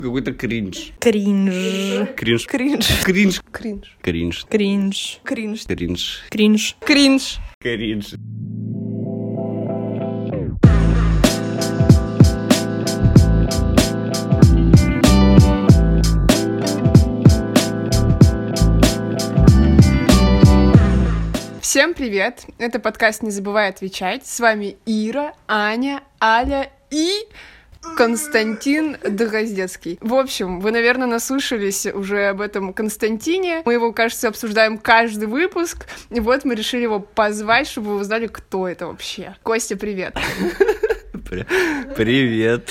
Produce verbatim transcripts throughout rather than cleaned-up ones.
Какой-то кринж. Кринж. Кринж. Кринж. Кринж. Кринж. Кринж. Кринж. Кринж. Кринж. Кринж. Кринж. Кринж. Всем привет! Это подкаст «Не забывай отвечать». С вами Ира, Аня, Аля и Константин Дроздецкий. В общем, вы, наверное, наслышались уже об этом Константине. Мы его, кажется, обсуждаем каждый выпуск. И вот мы решили его позвать, чтобы вы узнали, кто это вообще. Костя, привет! Привет!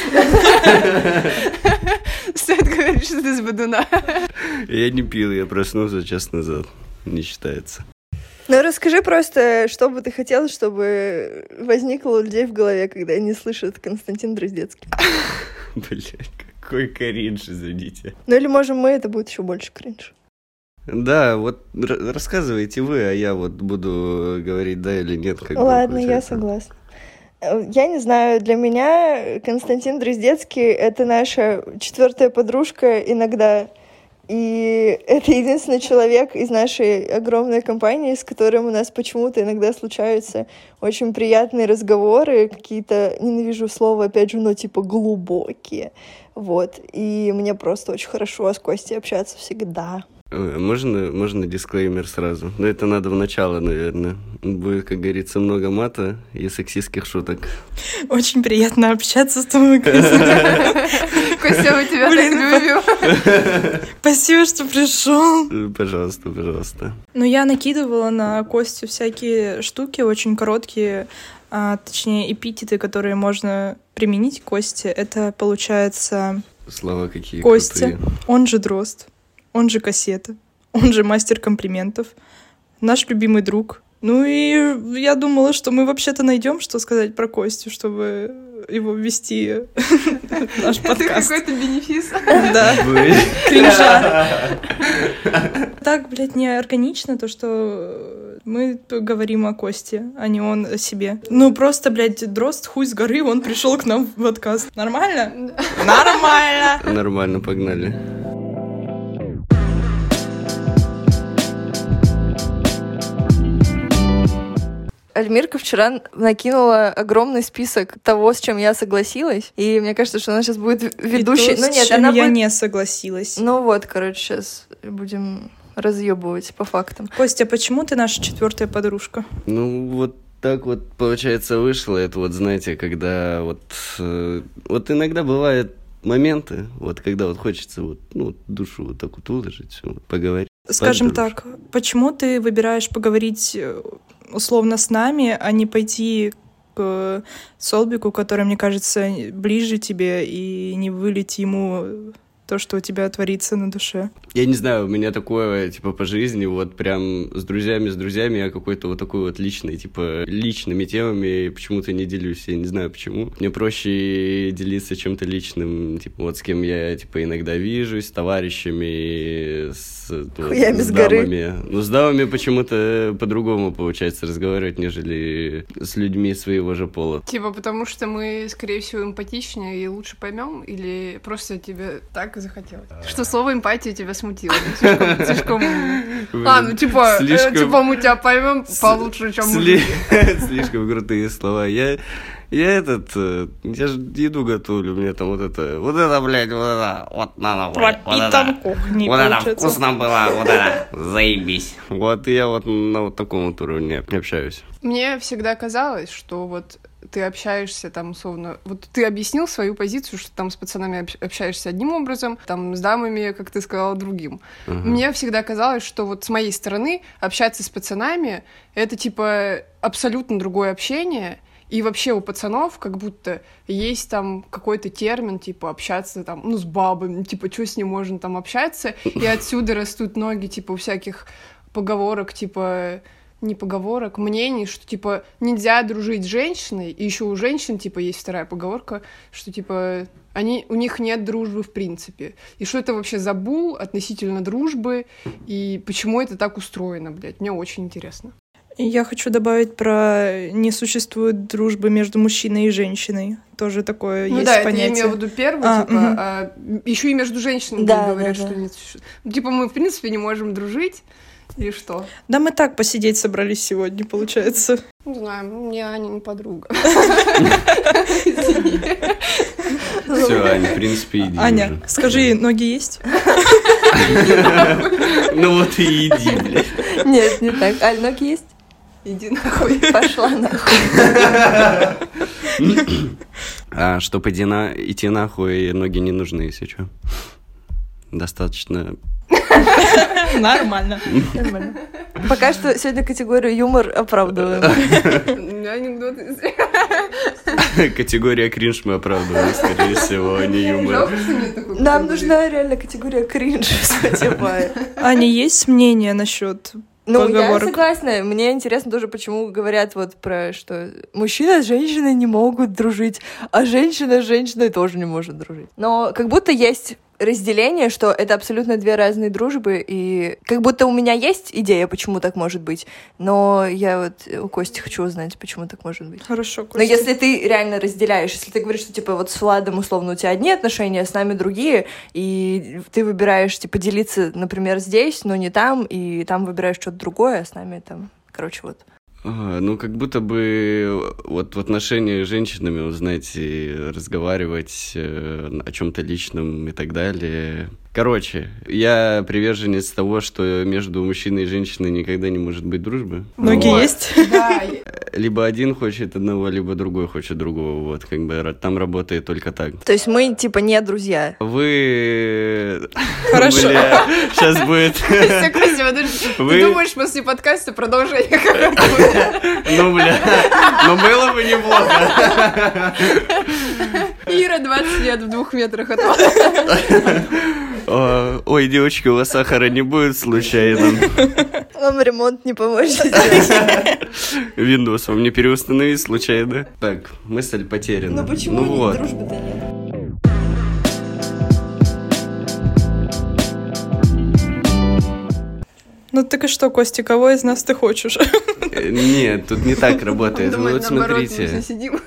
Стоит говорить, что ты с Бодуна. Я не пил, я проснулся час назад. Не считается. Ну, расскажи просто, что бы ты хотел, чтобы возникло у людей в голове, когда они слышат Константин Дроздецкий. Блять, какой кринж, извините. Ну, или, можем мы, это будет еще больше кринж. Да, вот р- рассказывайте вы, а я вот буду говорить да или нет. Как Ладно, бы, я согласна. Я не знаю, для меня Константин Дроздецкий — это наша четвертая подружка иногда. И это единственный человек из нашей огромной компании, с которым у нас почему-то иногда случаются очень приятные разговоры, какие-то, ненавижу слово, опять же, но типа глубокие. Вот. И мне просто очень хорошо с Костей общаться всегда. Можно, можно дисклеймер сразу? Но это надо в начало, наверное. Будет, как говорится, много мата и сексистских шуток. Очень приятно общаться с тобой, Костя. Костя, мы тебя так любим. Спасибо, что пришел. Пожалуйста, пожалуйста. Ну, я накидывала на Костю всякие штуки, очень короткие, а, точнее, эпитеты, которые можно применить к Косте. Это, получается, Слова какие Костя, крутые. он же Дрозд, он же Кассета, он же мастер комплиментов, наш любимый друг. Ну и я думала, что мы вообще-то найдем, что сказать про Костю, чтобы его ввести в наш подкаст. Это какой-то бенефис. Да, кринжа. Так, блядь, неорганично то, что мы говорим о Косте, а не он о себе. Ну просто, блядь, Дрозд, хуй с горы, он пришел к нам в подкаст. Нормально? Нормально. Нормально, погнали. Альмирка вчера накинула огромный список того, с чем я согласилась, и мне кажется, что она сейчас будет ведущей. И то, ну нет, с чем она я будет... не согласилась. Ну вот, короче, сейчас будем разъебывать по фактам. Костя, почему ты наша четвертая подружка? Ну, вот так вот, получается, вышло. Это вот, знаете, когда вот... Э, вот иногда бывают моменты, вот когда вот хочется вот, ну, душу вот так вот выложить, вот, поговорить. Скажем так, почему ты выбираешь поговорить условно с нами, а не пойти к Солбику, который, мне кажется, ближе тебе, и не вылить ему то, что у тебя творится на душе? Я не знаю, у меня такое, типа, по жизни, вот прям с друзьями, с друзьями я какой-то вот такой вот личный, типа, личными темами почему-то не делюсь, я не знаю почему. Мне проще делиться чем-то личным, типа, вот с кем я, типа, иногда вижусь, с товарищами, с, вот, с, с дамами. Ну, с дамами почему-то по-другому получается разговаривать, нежели с людьми своего же пола. Типа, потому что мы, скорее всего, эмпатичнее и лучше поймем, или просто тебе так захотелось? Что слово эмпатия тебя смутило? Слишком... слишком... А, ну типа, Слишком... э, типа мы тебя поймем получше, чем мы. Слишком крутые слова. Я... Я этот, я же еду готовлю, мне там вот это, вот это, блядь, вот это, вот надо, блядь, вот это, кухни, вот это вкусно было, вот это, заебись. Вот я вот на вот таком вот уровне общаюсь. Мне всегда казалось, что вот ты общаешься там, условно, вот ты объяснил свою позицию, что там с пацанами общаешься одним образом, там с дамами, как ты сказала, другим. Uh-huh. Мне всегда казалось, что вот с моей стороны общаться с пацанами — это, типа, абсолютно другое общение. И вообще у пацанов как будто есть там какой-то термин, типа, общаться там, ну, с бабами, типа, что с ним можно там общаться, и отсюда растут ноги, типа, у всяких поговорок, типа, не поговорок, мнений, что, типа, нельзя дружить с женщиной, и еще у женщин, типа, есть вторая поговорка, что, типа, они, у них нет дружбы в принципе. И что это вообще за бул относительно дружбы, и почему это так устроено, блядь, мне очень интересно. Я хочу добавить про не существует дружбы между мужчиной и женщиной. Тоже такое ну есть да, понятие. Это я имею в виду первое, а, типа, угу. а еще и между женщинами да, говорят, да, что да. нет существует. Ну, типа, мы, в принципе, не можем дружить, или что? Да мы так посидеть собрались сегодня, получается. Не знаю, мне Аня не подруга. Все, Аня, в принципе, иди Аня, уже. скажи, ноги есть? Ну вот и иди, блядь. Нет, не так. Аль, ноги есть? Иди нахуй. Пошла нахуй. А чтоб иди на... идти нахуй, ноги не нужны, если что. Достаточно... Нормально. Нормально. Пока что сегодня категорию юмор оправдываем. Анекдоты. Категория кринж мы оправдываем, скорее всего, а не юмор. Жалко, что нет такой Нам категории. нужна реально категория кринж в Spotify. Аня, есть мнение насчет Ну, я поговорок? согласна. Мне интересно тоже, почему говорят вот про что мужчина с женщиной не могут дружить, а женщина с женщиной тоже не может дружить. Но как будто есть разделение, что это абсолютно две разные дружбы, и как будто у меня есть идея, почему так может быть, но я вот у Кости хочу узнать, почему так может быть. Хорошо, Костя. Но если ты реально разделяешь, если ты говоришь, что, типа, вот с Владом, условно, у тебя одни отношения, с нами другие, и ты выбираешь, типа, делиться, например, здесь, но не там, и там выбираешь что-то другое, а с нами там, короче, вот. А, ну, как будто бы вот в отношениях с женщинами, вот, знаете, разговаривать э, о чем-то личном и так далее. Короче, я приверженец того, что между мужчиной и женщиной никогда не может быть дружбы. Ноги Вот. есть? Да, Либо один хочет одного, либо другой хочет другого. Вот, как бы там работает только так. То есть мы, типа, не друзья. Вы... Хорошо. Бля, сейчас будет... Костя, Костя, подожди. Вы- Ты думаешь, после подкаста продолжение какое-то будет? Ну, бля, ну было бы неплохо. Ира двадцать лет в двух метрах от вас. О, Ой, девочки, у вас сахара не будет случайно? Вам ремонт не поможет. Windows вам не переустановить случайно? Так, мысль потеряна. Ну почему Ну вот. дружбы-то нет? Ну так и что, Костя, кого из нас ты хочешь? Э, Нет, тут не так работает. Вы Думает, вот наоборот, мы смотрите. все сидим.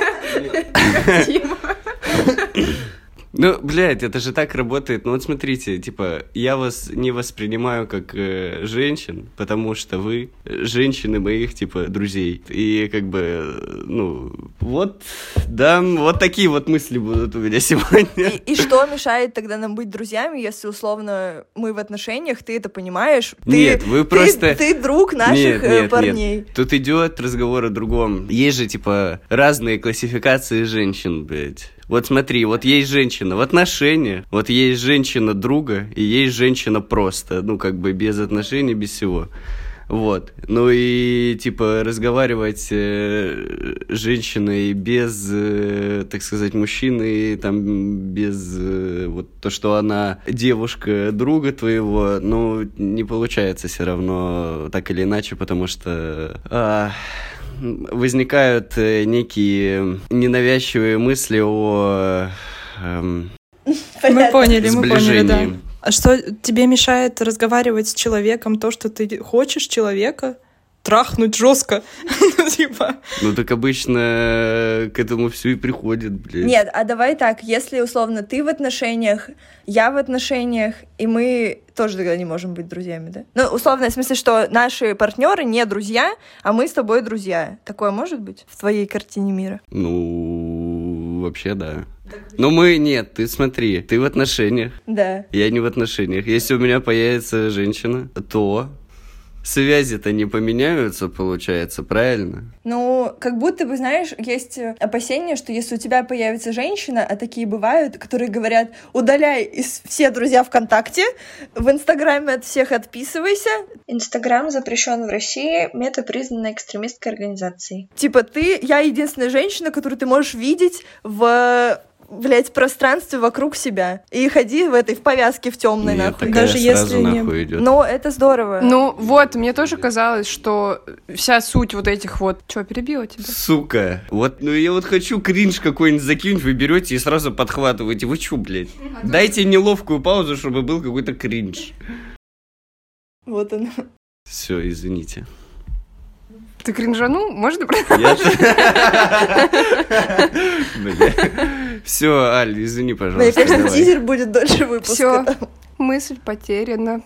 Ну, блядь, это же так работает. Ну вот смотрите, типа, я вас не воспринимаю как э, женщин, потому что вы женщины моих, типа, друзей. И как бы, э, ну, вот, да, вот такие вот мысли будут у меня сегодня. И, и что мешает тогда нам быть друзьями, если условно мы в отношениях, ты это понимаешь? Ты, Нет, вы ты- просто... Ты, друг наших Нет, э, нет, парней. нет. Тут идет разговор о другом. Есть же, типа, разные классификации женщин, блядь. Вот смотри, вот есть женщина в отношениях, вот есть женщина друга, и есть женщина просто, ну, как бы без отношений, без всего. Вот. Ну и, типа, разговаривать э, с женщиной без, э, так сказать, мужчины, там, без э, вот то, что она девушка друга твоего, ну, не получается все равно так или иначе, потому что... а, возникают э, некие ненавязчивые мысли о эм, Мы поняли, мы поняли, да. сближении. А что тебе мешает разговаривать с человеком, то, что ты хочешь человека трахнуть жестко? Ну, типа... Ну, так обычно к этому все и приходит, блядь. Нет, а давай так, если условно ты в отношениях, я в отношениях, и мы тоже тогда не можем быть друзьями, да? Ну, условно, в смысле, что наши партнеры не друзья, а мы с тобой друзья. Такое может быть в твоей картине мира? Ну, вообще, да. Но мы, нет, ты смотри, ты в отношениях, Да. я не в отношениях. Если у меня появится женщина, то связи-то не поменяются, получается, правильно? Ну, как будто бы, знаешь, есть опасение, что если у тебя появится женщина, а такие бывают, которые говорят, удаляй из все друзья ВКонтакте, в Инстаграме от всех отписывайся. Инстаграм запрещен в России, мета признана экстремистской организацией. Типа ты, я единственная женщина, которую ты можешь видеть в... блять, пространстве вокруг себя. И ходи в этой, в повязке, в темной, Нет, нахуй. такая Даже сразу если не- нахуй идет. Но это здорово. Ну вот, мне тоже казалось, что вся суть вот этих вот... Чё, перебила тебя? Сука. Вот, ну я вот хочу кринж какой-нибудь закинуть, вы берете и сразу подхватываете. Вы чё, блядь? Дайте неловкую паузу, чтобы был какой-то кринж. Вот он. Все, извините. Ты кринжанул? Можно Все, Аль, извини, Мне пожалуйста. кажется, давай. тизер будет дольше выпуска. Все, там. мысль потеряна.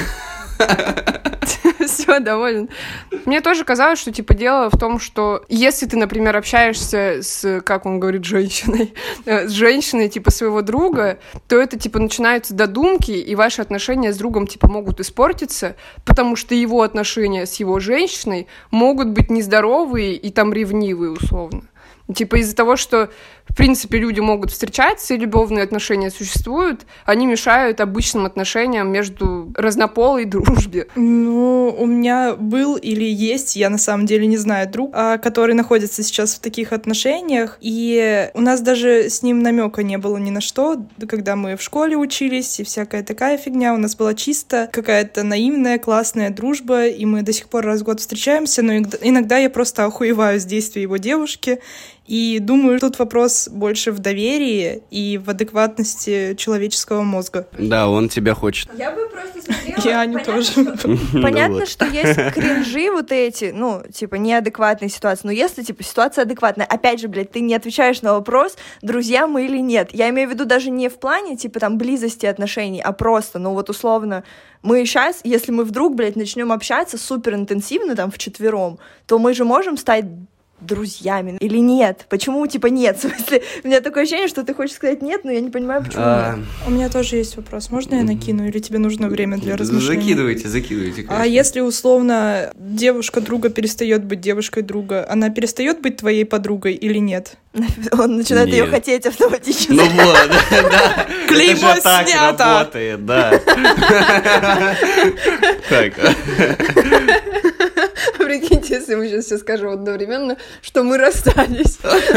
Все, доволен. Мне тоже казалось, что, типа, дело в том, что если ты, например, общаешься с, как он говорит, женщиной, с женщиной, типа, своего друга, то это, типа, начинаются додумки, и ваши отношения с другом, типа, могут испортиться, потому что его отношения с его женщиной могут быть нездоровые и, там, ревнивые, условно. Типа, из-за того, что, в принципе, люди могут встречаться, и любовные отношения существуют, они мешают обычным отношениям между разнополой дружбе. Ну, у меня был или есть, я на самом деле не знаю, друг, а, который находится сейчас в таких отношениях, и у нас даже с ним намека не было ни на что, когда мы в школе учились, и всякая такая фигня, у нас была чисто какая-то наивная, классная дружба, и мы до сих пор раз в год встречаемся, но иногда я просто охуеваю с действий его девушки, и думаю, тут вопрос больше в доверии и в адекватности человеческого мозга. Да, он тебя хочет. Я бы просто смотрела... И Аню тоже. Понятно, что есть кринжи вот эти, ну, типа, неадекватные ситуации. Но если, типа, ситуация адекватная, опять же, блядь, ты не отвечаешь на вопрос, друзья мы или нет. Я имею в виду даже не в плане, типа, там, близости отношений, а просто, ну, вот, условно, мы сейчас, если мы вдруг, блядь, начнем общаться супер интенсивно, там, вчетвером, то мы же можем стать друзьями или нет? Почему, типа, нет? В смысле, у меня такое ощущение, что ты хочешь сказать нет, но я не понимаю, почему А, нет. У меня тоже есть вопрос. Можно я накину, или тебе нужно время для размышлений? Закидывайте, закидывайте. А конечно. если, условно, девушка друга перестает быть девушкой друга, она перестает быть твоей подругой или нет? Он начинает ее Нет. хотеть автоматически. Ну вот, да. Клеймо Это же так снято. работает, да. Так. Прикиньте, если мы сейчас все скажем одновременно, что мы расстались.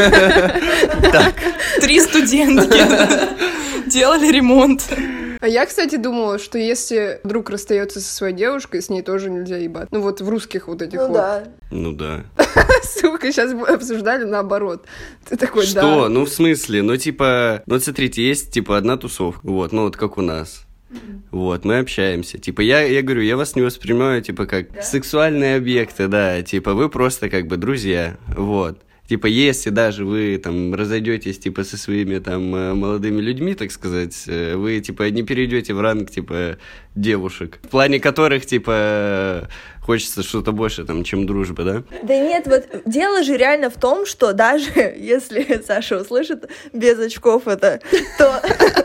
Так. Три студентки делали ремонт. А я, кстати, думала, что если друг расстается со своей девушкой, с ней тоже нельзя ебать. Ну вот в русских вот этих Ну вот. да. Ну да. Сука, сейчас обсуждали наоборот. Ты такой, Что? да. Ну в смысле? Ну типа, ну смотрите, есть типа одна тусовка, вот, ну вот как у нас. Вот, мы общаемся. Типа, я, я говорю, я вас не воспринимаю, типа, как Да? сексуальные объекты, да. Типа, вы просто как бы друзья, вот. Типа, если даже вы там разойдетесь, типа, со своими там э, молодыми людьми, так сказать, э, вы, типа, не перейдете в ранг, типа, девушек, в плане которых, типа, хочется что-то больше, там, чем дружба, да? Да нет, вот дело же реально в том, что даже если Саша услышит без очков это, то...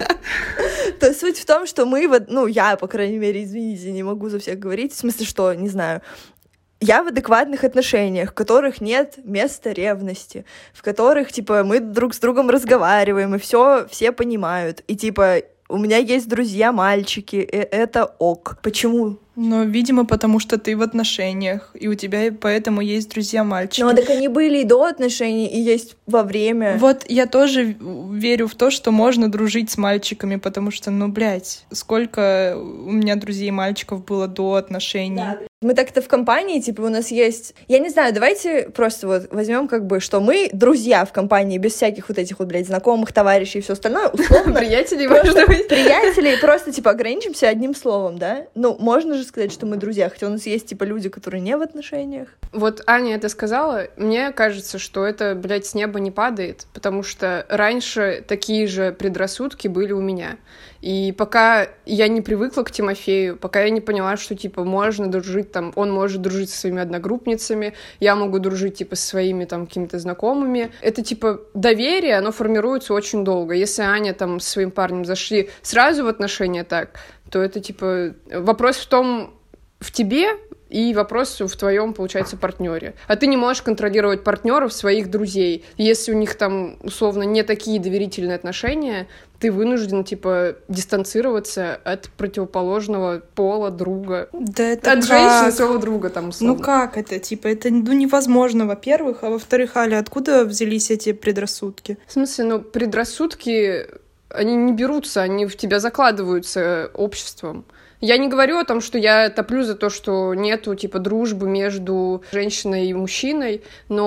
То суть в том, что мы, вот, ну, я, по крайней мере, извините, не могу за всех говорить, в смысле, что, не знаю, я в адекватных отношениях, в которых нет места ревности, в которых, типа, мы друг с другом разговариваем, и все, все понимают, и, типа, у меня есть друзья-мальчики, и это ок. Почему? Но, видимо, потому что ты в отношениях, и у тебя поэтому есть друзья-мальчики. Ну, так они были и до отношений, и есть во время. Вот я тоже верю в то, что можно дружить с мальчиками, потому что, ну, блядь, сколько у меня друзей-мальчиков было до отношений. Да. Мы так-то в компании, типа, у нас есть... Я не знаю, давайте просто вот возьмем как бы, что мы друзья в компании, без всяких вот этих вот, блядь, знакомых, товарищей и все остальное, условно. Приятелей можно быть. Приятелей, просто, типа, ограничимся одним словом, да? Ну, можно же сказать, что мы друзья, хотя у нас есть, типа, люди, которые не в отношениях. Вот Аня это сказала, мне кажется, что это, блядь, с неба не падает, потому что раньше такие же предрассудки были у меня. И пока я не привыкла к Тимофею, пока я не поняла, что, типа, можно дружить, там, он может дружить со своими одногруппницами, я могу дружить, типа, со своими, там, какими-то знакомыми. Это, типа, доверие, оно формируется очень долго. Если Аня, там, со своим парнем зашли сразу в отношения так, то это, типа, вопрос в том, в тебе, и вопрос в твоем, получается, партнере. А ты не можешь контролировать партнеров своих друзей. Если у них там, условно, не такие доверительные отношения, ты вынужден, типа, дистанцироваться от противоположного пола друга. Да это От как? женщины своего друга, там, условно. Ну как это? Типа, это ну, невозможно, во-первых. А во-вторых, Аля, откуда взялись эти предрассудки? В смысле, ну, предрассудки, они не берутся, они в тебя закладываются обществом. Я не говорю о том, что я топлю за то, что нету, типа, дружбы между женщиной и мужчиной, но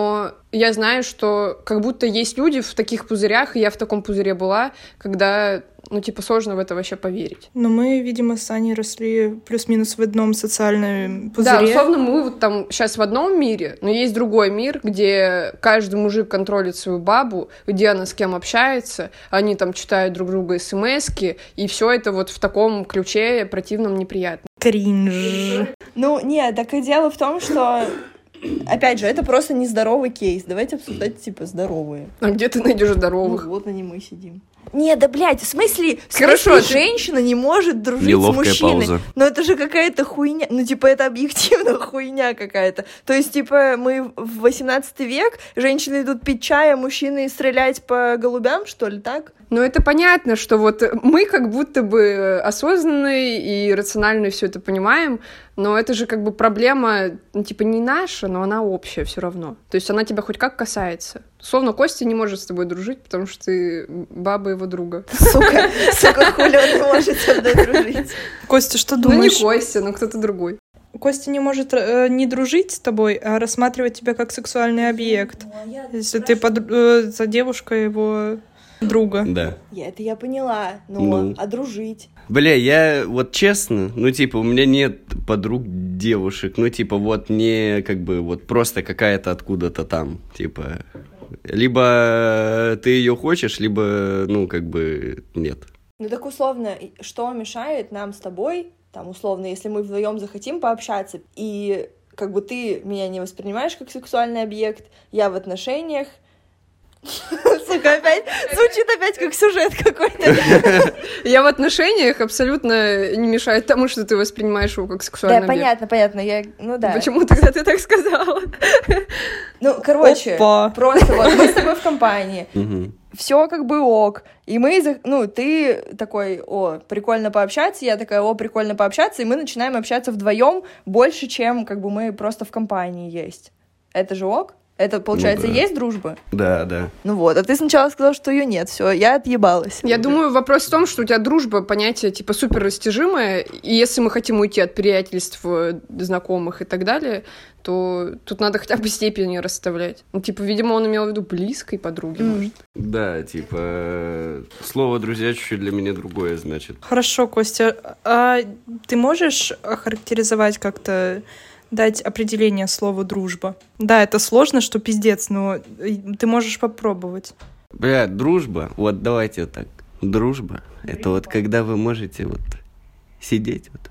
я знаю, что как будто есть люди в таких пузырях, и я в таком пузыре была, когда, ну, типа, сложно в это вообще поверить. Но мы, видимо, с Аней росли плюс-минус в одном социальном пузыре. Да, условно, мы вот там сейчас в одном мире, но есть другой мир, где каждый мужик контролит свою бабу, где она с кем общается, они там читают друг друга смски, и все это вот в таком ключе противном, неприятном. Кринж. Ну, нет, так и дело в том, что... Опять же, это просто нездоровый кейс. Давайте обсуждать, типа, здоровые. А где ты найдешь здоровых? Ну, вот они мы сидим. Не, да, блядь, в смысле, в Хорошо, смысле ты... женщина не может дружить Неловкая с мужчиной? пауза. Ну, это же какая-то хуйня. Ну, типа, это объективно хуйня какая-то. То есть, типа, мы в восемнадцатый век, женщины идут пить чай, а мужчины стрелять по голубям, что ли, так? Ну, это понятно, что вот мы как будто бы осознанные и рационально все это понимаем, но это же как бы проблема, ну, типа, не наша, но она общая все равно. То есть она тебя хоть как касается. Условно, Костя не может с тобой дружить, потому что ты баба его друга. Сука, сука, хули он не может со мной дружить. Костя, что Ну, думаешь? не Костя, но кто-то другой. Костя не может э, не дружить с тобой, а рассматривать тебя как сексуальный объект. Если ты под... э, за девушкой его друга. Да. Я, это я поняла, но Ну. а дружить? Бля, я вот честно, ну, типа, у меня нет подруг девушек, ну, типа, вот не как бы вот просто какая-то откуда-то там, типа, либо ты ее хочешь, либо, ну, как бы нет. Ну так условно, что мешает нам с тобой, там условно, если мы вдвоем захотим пообщаться, и как бы ты меня не воспринимаешь как сексуальный объект, я в отношениях. Сука, опять звучит опять как сюжет какой-то. Я в отношениях абсолютно не мешает тому, что ты воспринимаешь его как сексуальный Да, объект. понятно, понятно, я, ну да. Почему тогда ты так сказала? Ну, короче, Опа. просто вот мы с тобой в компании, Мгм. все как бы ок, и мы, за- ну, ты такой, о, прикольно пообщаться, я такая, о, прикольно пообщаться, и мы начинаем общаться вдвоем больше, чем как бы мы просто в компании есть. Это же ок? Это, получается, Ну да. есть дружба? Да, да. Ну вот, а ты сначала сказал, что ее нет, все, я отъебалась. Я думаю, вопрос в том, что у тебя дружба, понятие, типа, супер растяжимое, и если мы хотим уйти от приятельств, э, знакомых и так далее, то тут надо хотя бы степени расставлять. Ну, типа, видимо, он имел в виду близкой подруги, М. может. Да, типа, э, слово «друзья» чуть-чуть для меня другое, значит. Хорошо, Костя, а ты можешь охарактеризовать как-то, дать определение слову «дружба»? Да, это сложно, что пиздец, но ты можешь попробовать. Бля, дружба, вот давайте вот так. Дружба — это вот когда вы можете вот сидеть вот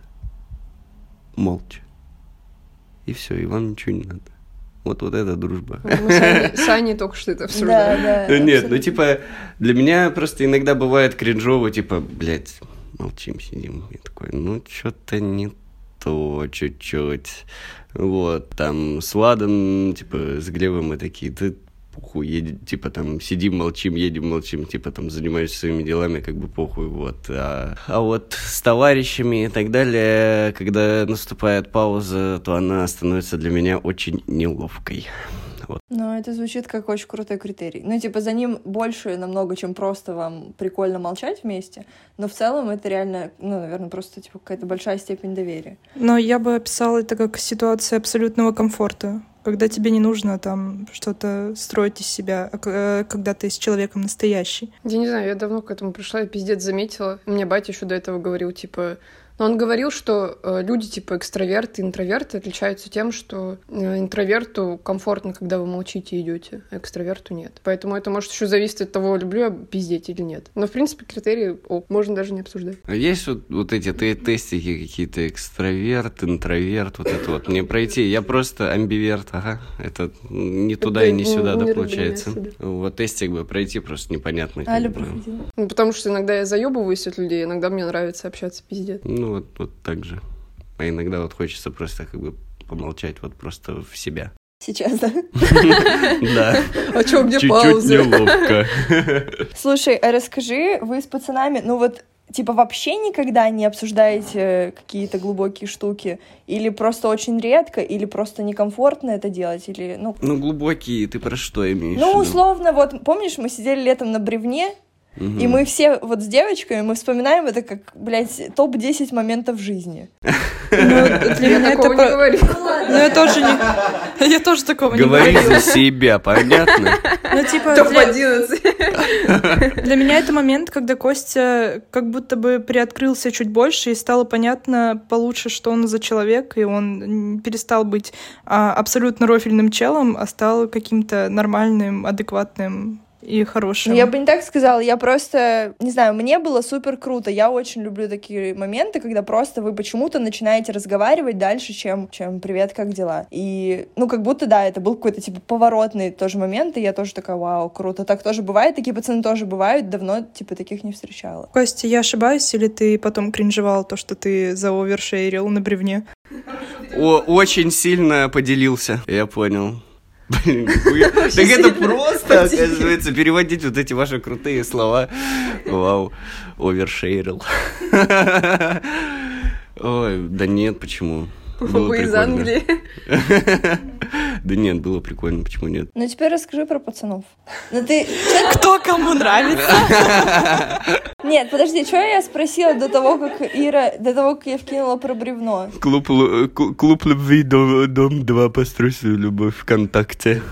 молча. И все, и вам ничего не надо. Вот, вот это дружба. Мы с Аней, с Аней только что это обсуждали. Да, да. Ну, нет, ну абсолютно. типа, для меня просто иногда бывает кринжово, типа, блядь, молчим, сидим. Я такой, ну, что-то не то чуть-чуть. Вот, там, с Владом, типа, с Глебом мы такие, да похуй, едем, типа, там, сидим, молчим, едем, молчим, типа, там, занимаемся своими делами, как бы похуй, вот. А, а вот с товарищами и так далее, когда наступает пауза, то она становится для меня очень неловкой. Ну, это звучит как очень крутой критерий. Ну, типа, за ним больше намного, чем просто вам прикольно молчать вместе, но в целом это реально, ну, наверное, просто, типа, какая-то большая степень доверия. Но я бы описала это как ситуация абсолютного комфорта, когда тебе не нужно там что-то строить из себя, а к- э, когда ты с человеком настоящий. Я не знаю, я давно к этому пришла, я пиздец заметила. Мне батя еще до этого говорил, типа... Но он говорил, что э, люди, типа, экстраверты и интроверты отличаются тем, что э, интроверту комфортно, когда вы молчите и идете, а экстраверту нет. Поэтому это может еще зависеть от того, люблю я пиздеть или нет. Но, в принципе, критерии о, можно даже не обсуждать. А есть вот, вот эти те- тестики какие-то, экстраверт, интроверт, вот это вот, мне пройти, я просто амбиверт, ага, это не туда и не Это сюда, да, не получается. разделяй себя. Вот тестик бы пройти просто непонятно. как Аля бы. проходила. Ну, потому что иногда я заебываюсь от людей, иногда мне нравится общаться пиздец. Ну, вот, вот так же. А иногда вот хочется просто как бы помолчать вот просто в себя. Сейчас, да? Да. А чё, где Чуть-чуть паузы? неловко. Слушай, а расскажи, вы с пацанами, ну вот, типа, вообще никогда не обсуждаете какие-то глубокие штуки? Или просто очень редко, или просто некомфортно это делать? Или, ну, Ну, глубокие, ты про что имеешь в ну виду? условно, вот, помнишь, мы сидели летом на бревне, Угу. И мы все вот с девочками, мы вспоминаем это как, блядь, топ десять моментов жизни. Я такого не говорю. Ну, я тоже не... Я тоже такого не говорю. Говори за себя, понятно? Ну, типа... топ одиннадцать. Для меня это момент, когда Костя как будто бы приоткрылся чуть больше, и стало понятно получше, что он за человек, и он перестал быть а, абсолютно рофильным челом, а стал каким-то нормальным, адекватным и хорошим. Ну, я бы не так сказала, я просто, не знаю, мне было супер круто, я очень люблю такие моменты, когда просто вы почему-то начинаете разговаривать дальше, чем, чем «Привет, как дела?» И, ну, как будто, да, это был какой-то, типа, поворотный тоже момент, и я тоже такая, вау, круто, так тоже бывает, такие пацаны тоже бывают, давно, типа, таких не встречала. Костя, я ошибаюсь, или ты потом кринжевал то, что ты заовершейрил на бревне? О, очень сильно поделился, я понял. Блин, так это просто, оказывается, переводить вот эти ваши крутые слова. Вау, овершейрил. Ой, да нет, почему? Вы из Англии. Да нет, было прикольно, почему нет? Ну, теперь расскажи про пацанов. Ну, ты... Кто кому нравится? Нет, подожди, что я спросила до того, как Ира, до того, как я вкинула про бревно? Клуб, клуб любви, дом два, построй свою любовь ВКонтакте.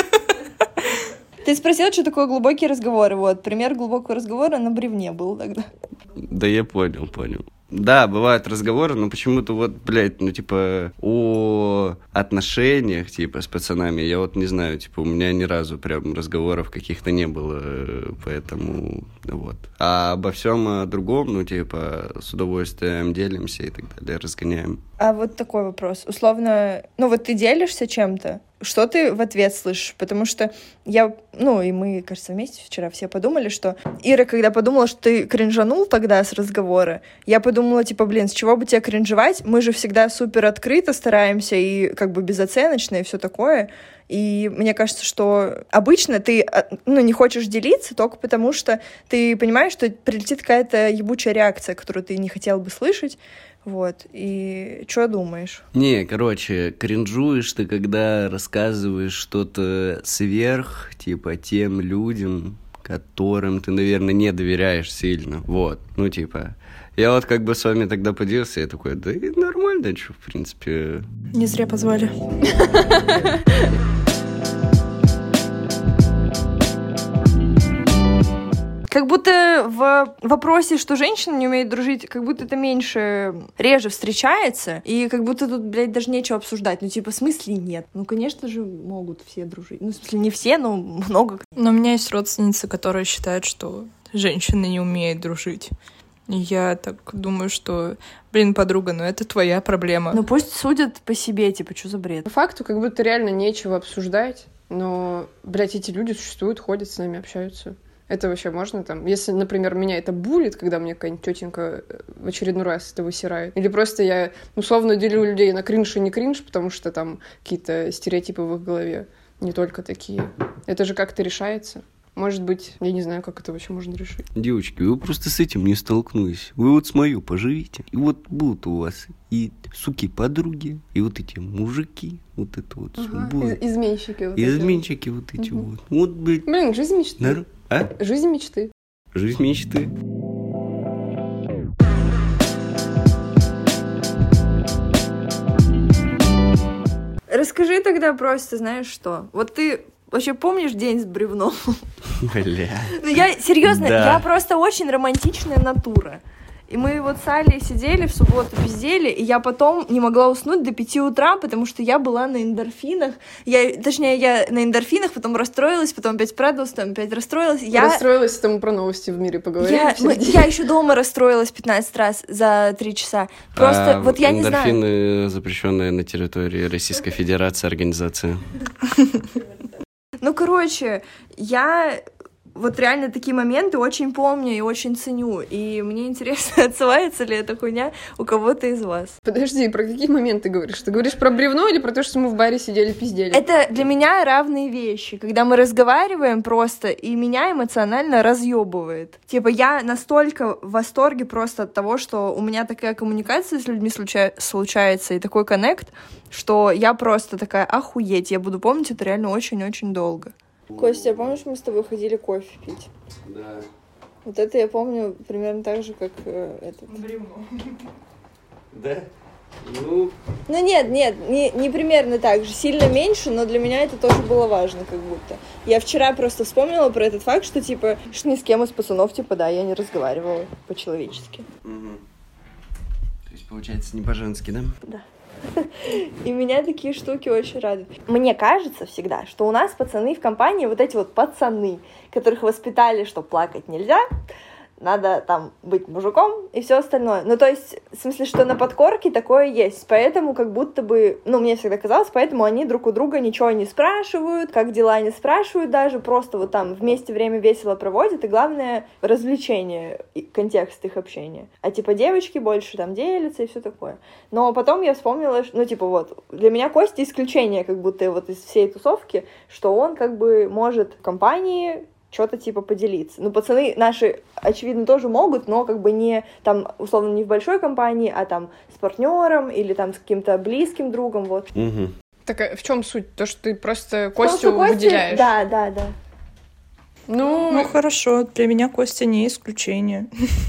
Ты спросила, что такое глубокие разговоры. Вот, пример глубокого разговора на бревне был тогда. Да я понял, понял. Да, бывают разговоры, но почему-то вот, блядь, ну, типа, о отношениях, типа, с пацанами, я вот не знаю, типа, у меня ни разу прям разговоров каких-то не было, поэтому, вот. А обо всем другом, ну, типа, с удовольствием делимся и так далее, разгоняем. А вот такой вопрос. Условно, ну, вот ты делишься чем-то, что ты в ответ слышишь? Потому что я, ну, и мы, кажется, вместе вчера все подумали, что Ира, когда подумала, что ты кринжанул тогда с разговора, я подумала, типа, блин, с чего бы тебе кринжевать? Мы же всегда супер открыто стараемся и как бы безоценочно и все такое. И мне кажется, что обычно ты, ну, не хочешь делиться только потому, что ты понимаешь, что прилетит какая-то ебучая реакция, которую ты не хотел бы слышать. Вот, и что думаешь? Не, короче, кринжуешь ты, когда рассказываешь что-то сверх, типа, тем людям, которым ты, наверное, не доверяешь сильно. Вот, ну, типа, я вот как бы с вами тогда поделился, я такой, да и нормально, что, в принципе... Не зря позвали. Как будто в вопросе, что женщина не умеет дружить, как будто это меньше, реже встречается, и как будто тут, блядь, даже нечего обсуждать. Ну, типа, в смысле нет? Ну, конечно же, могут все дружить. Ну, в смысле, не все, но много. Но у меня есть родственницы, которые считают, что женщины не умеют дружить. И я так думаю, что, блин, подруга, ну это твоя проблема. Ну, пусть судят по себе, типа, что за бред? По факту, как будто реально нечего обсуждать, но, блядь, эти люди существуют, ходят с нами, общаются. Это вообще можно там? Если, например, меня это булит, когда мне какая-нибудь тетенька в очередной раз это высирает. Или просто я условно делю людей на кринж и не кринж, потому что там какие-то стереотипы в их голове. Не только такие. Это же как-то решается. Может быть, я не знаю, как это вообще можно решить. Девочки, вы просто с этим не столкнулись. Вы вот с мою поживите. И вот будут у вас и суки-подруги, и вот эти мужики. Вот это вот все ага, будет. Из- изменщики. Вот Изменщики вот эти угу. вот. Вот, блядь. Блин, жизнь мечты. Нар... А? Жизнь мечты. Жизнь мечты. Расскажи тогда просто, знаешь что? Вот ты вообще помнишь день с бревном? Бля. Ну я, серьезно, Да. я просто очень романтичная натура. И мы вот с Алей сидели в субботу, пиздели, и я потом не могла уснуть до пяти утра, потому что я была на эндорфинах. Я, точнее, я на эндорфинах, потом расстроилась, потом опять порадовалась, потом опять расстроилась. Я Расстроилась, там про новости в мире поговорили. Я, мы, я еще дома расстроилась пятнадцать раз за три часа. Просто А, вот я не знаю. эндорфины, запрещенная на территории Российской Федерации организация. Ну, короче, я вот реально такие моменты очень помню и очень ценю. И мне интересно, отсылается ли эта хуйня у кого-то из вас. Подожди, про какие моменты говоришь? Ты говоришь про бревно или про то, что мы в баре сидели пиздели? Это для меня равные вещи. Когда мы разговариваем просто, и меня эмоционально разъебывает. Типа, я настолько в восторге просто от того, что у меня такая коммуникация с людьми случа- случается, и такой коннект, что я просто такая, охуеть, я буду помнить это реально очень-очень долго. Костя, помнишь, мы с тобой ходили кофе пить? Да. Вот это я помню примерно так же, как э, этот. Да? Ну... Ну нет, нет, не, не примерно так же, сильно меньше, но для меня это тоже было важно, как будто. Я вчера просто вспомнила про этот факт, что, типа, что ни с кем из пацанов, типа, да, я не разговаривала по-человечески. Угу. То есть, получается, не по-женски, да? Да. И меня такие штуки очень радуют. Мне кажется всегда, что у нас пацаны в компании, вот эти вот пацаны, которых воспитали, что плакать нельзя, надо там быть мужиком и все остальное. Ну, то есть, в смысле, что на подкорке такое есть. Поэтому как будто бы, ну, мне всегда казалось, поэтому они друг у друга ничего не спрашивают, как дела не спрашивают даже, просто вот там вместе время весело проводят, и главное, развлечение, контекст их общения. А типа девочки больше там делятся и все такое. Но потом я вспомнила, ну, типа вот, для меня Костя исключение как будто вот из всей тусовки, что он как бы может в компании что-то типа поделиться. Ну, пацаны наши, очевидно, тоже могут, но как бы не там, условно, не в большой компании, а там с партнером или там с каким-то близким другом, вот. Угу. Так а в чем суть? То, что ты просто Костю Просто Костя... выделяешь? Да, да, да. Ну... ну, хорошо, для меня Костя не исключение.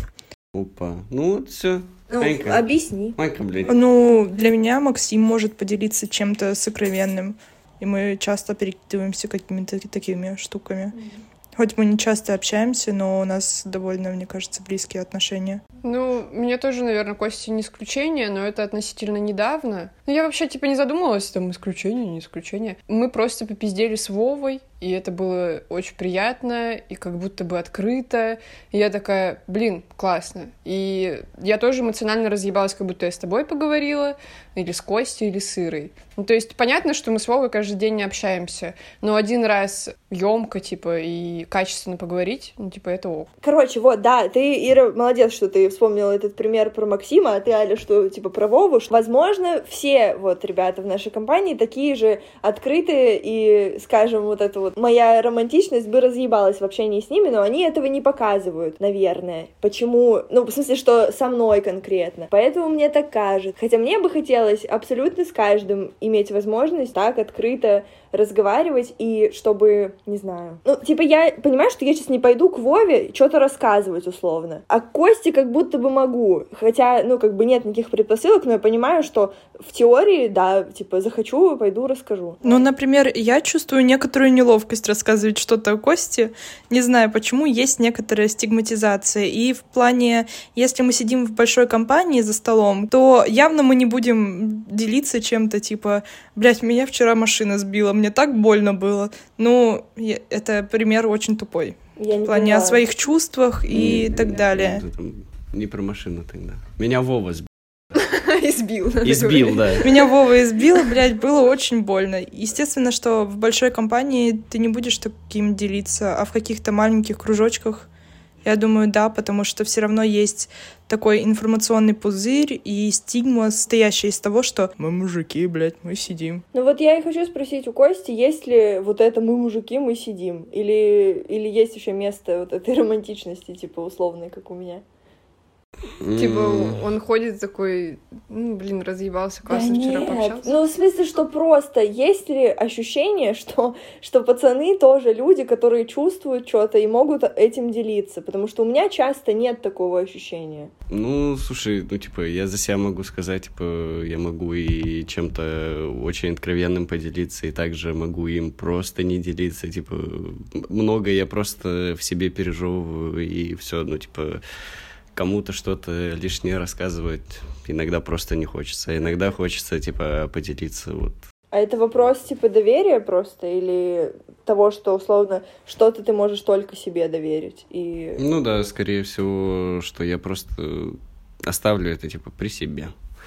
Опа. Ну, вот все. Ну, Манька. объясни. Манька, блядь. Ну, для меня Максим может поделиться чем-то сокровенным, и мы часто перекидываемся какими-то такими штуками. Хоть мы не часто общаемся, но у нас довольно, мне кажется, близкие отношения. Ну, мне тоже, наверное, Костя не исключение, но это относительно недавно. Ну, я вообще, типа, не задумывалась, там, исключение, не исключение. Мы просто попиздели с Вовой, и это было очень приятно, и как будто бы открыто. И я такая, блин, классно. И я тоже эмоционально разъебалась, как будто я с тобой поговорила, или с Костей, или с Ирой. Ну, то есть понятно, что мы с Вовой каждый день не общаемся, но один раз ёмко, типа, и качественно поговорить, ну, типа, это ок. Короче, вот, да, ты, Ира, молодец, что ты вспомнила этот пример про Максима, а ты, Аля, что, типа, про Вову. Возможно, все, вот, ребята в нашей компании такие же открытые, и, скажем, вот это вот, моя романтичность бы разъебалась в общении с ними, но они этого не показывают, наверное. Почему? Ну, в смысле, что со мной конкретно. Поэтому мне так кажется. Хотя мне бы хотелось абсолютно с каждым иметь возможность так открыто разговаривать, и чтобы, не знаю... Ну, типа, я понимаю, что я сейчас не пойду к Вове что-то рассказывать, условно. А к Косте как будто бы могу. Хотя, ну, как бы нет никаких предпосылок, но я понимаю, что в теории, да, типа, захочу, пойду, расскажу. Ну, например, я чувствую некоторую неловкость рассказывать что-то о Косте. Не знаю, почему, есть некоторая стигматизация. И в плане, если мы сидим в большой компании за столом, то явно мы не будем делиться чем-то, типа, блядь, меня вчера машина сбила, мне так больно было. Ну, это пример очень тупой. Я не в плане поняла. о своих чувствах и Не, так не, далее. это там не про машину тогда. Меня Вова сбил. Избил. Избил, да. Меня Вова избил, блядь, было очень больно. Естественно, что в большой компании ты не будешь таким делиться, а в каких-то маленьких кружочках, я думаю, да, потому что все равно есть такой информационный пузырь и стигма, состоящая из того, что мы мужики, блядь, мы сидим. Ну вот я и хочу спросить у Кости, есть ли вот это «мы мужики, мы сидим», или, или есть еще место вот этой романтичности, типа, условной, как у меня? Типа, он ходит такой, ну, блин, разъебался, классно да вчера нет. пообщался. Ну, в смысле, что просто есть ли ощущение, что, что пацаны тоже люди, которые чувствуют что-то и могут этим делиться? Потому что у меня часто нет такого ощущения. Ну, слушай, ну, типа, я за себя могу сказать, типа, я могу и чем-то очень откровенным поделиться, и также могу им просто не делиться, типа, много я просто в себе пережевываю, и все, ну, типа... Кому-то что-то лишнее рассказывать иногда просто не хочется. Иногда хочется, типа, поделиться, вот. А это вопрос, типа, доверия просто? Или того, что, условно, что-то ты можешь только себе доверить? И... Ну да, скорее всего, что я просто оставлю это, типа, при себе.